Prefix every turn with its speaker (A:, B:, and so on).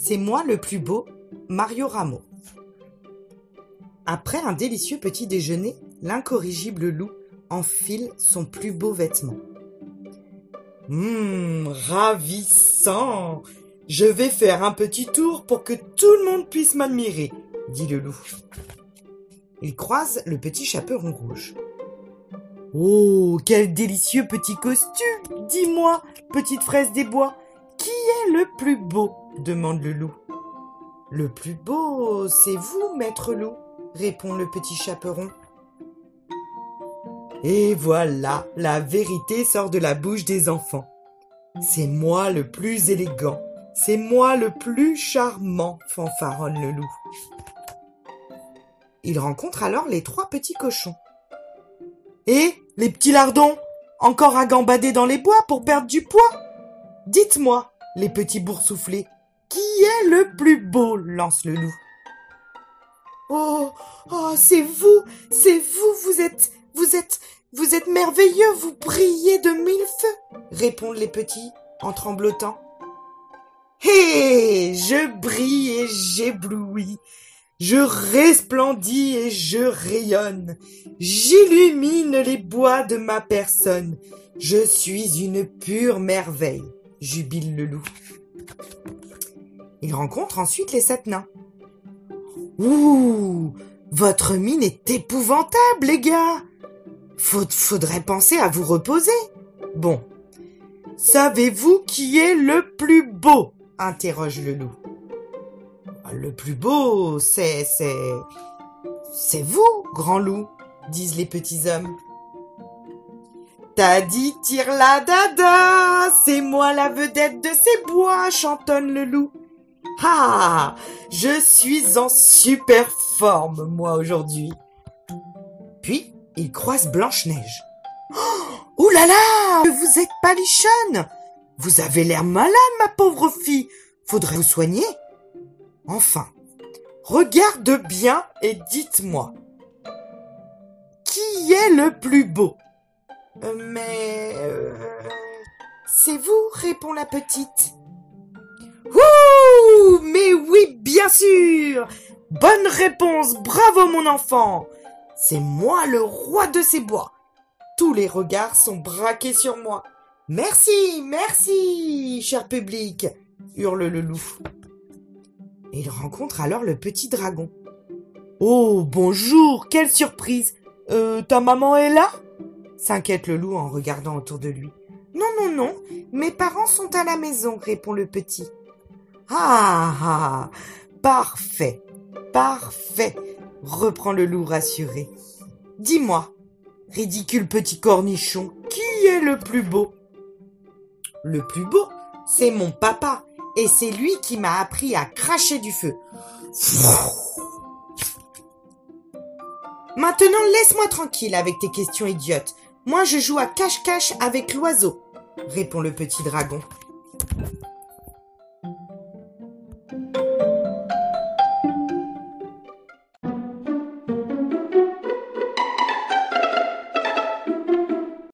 A: C'est moi le plus beau, Mario Rameau. Après un délicieux petit déjeuner, l'incorrigible loup enfile son plus beau vêtement. Ravissant! Je vais faire un petit tour pour que tout le monde puisse m'admirer, dit le loup. Il croise le petit chaperon rouge. Oh, quel délicieux petit costume! Dis-moi, petite fraise des bois, qui est le plus beau? Demande le loup. Le plus beau, c'est vous, maître loup, répond le petit chaperon. Et voilà, la vérité sort de la bouche des enfants. C'est moi le plus élégant, c'est moi le plus charmant, fanfaronne le loup. Il rencontre alors les 3 petits cochons. Et les petits lardons, encore à gambader dans les bois pour perdre du poids? Dites-moi, les petits boursouflés, qui est le plus beau? Lance le loup. Oh, c'est vous, vous êtes merveilleux, vous brillez de 1000 feux, répondent les petits en tremblotant. Hé, je brille et j'éblouis, je resplendis et je rayonne, j'illumine les bois de ma personne, je suis une pure merveille, jubile le loup. Il rencontre ensuite les 7 nains. Ouh, votre mine est épouvantable, les gars. Faudrait penser à vous reposer. Bon, savez-vous qui est le plus beau? Interroge le loup. Le plus beau, c'est vous, grand loup, disent les petits hommes. T'as dit tire la dada, c'est moi la vedette de ces bois, chantonne le loup. Ah, je suis en super forme, moi, aujourd'hui. Puis, il croise Blanche-Neige. Oh là là, vous êtes palichonne. Vous avez l'air malade, ma pauvre fille. Faudrait vous soigner. Enfin, regarde bien et dites-moi. Qui est le plus beau? C'est vous, répond la petite. Ouh, mais oui, bien sûr! Bonne réponse, bravo mon enfant! C'est moi le roi de ces bois. Tous les regards sont braqués sur moi. Merci, cher public, hurle le loup. Et il rencontre alors le petit dragon. Oh, bonjour, quelle surprise! Ta maman est là? S'inquiète le loup en regardant autour de lui. Non, mes parents sont à la maison, répond le petit. Ah, parfait, reprend le loup rassuré. Dis-moi, ridicule petit cornichon, qui est le plus beau? Le plus beau, c'est mon papa, et c'est lui qui m'a appris à cracher du feu. Maintenant, laisse-moi tranquille avec tes questions idiotes. Moi, je joue à cache-cache avec l'oiseau, répond le petit dragon.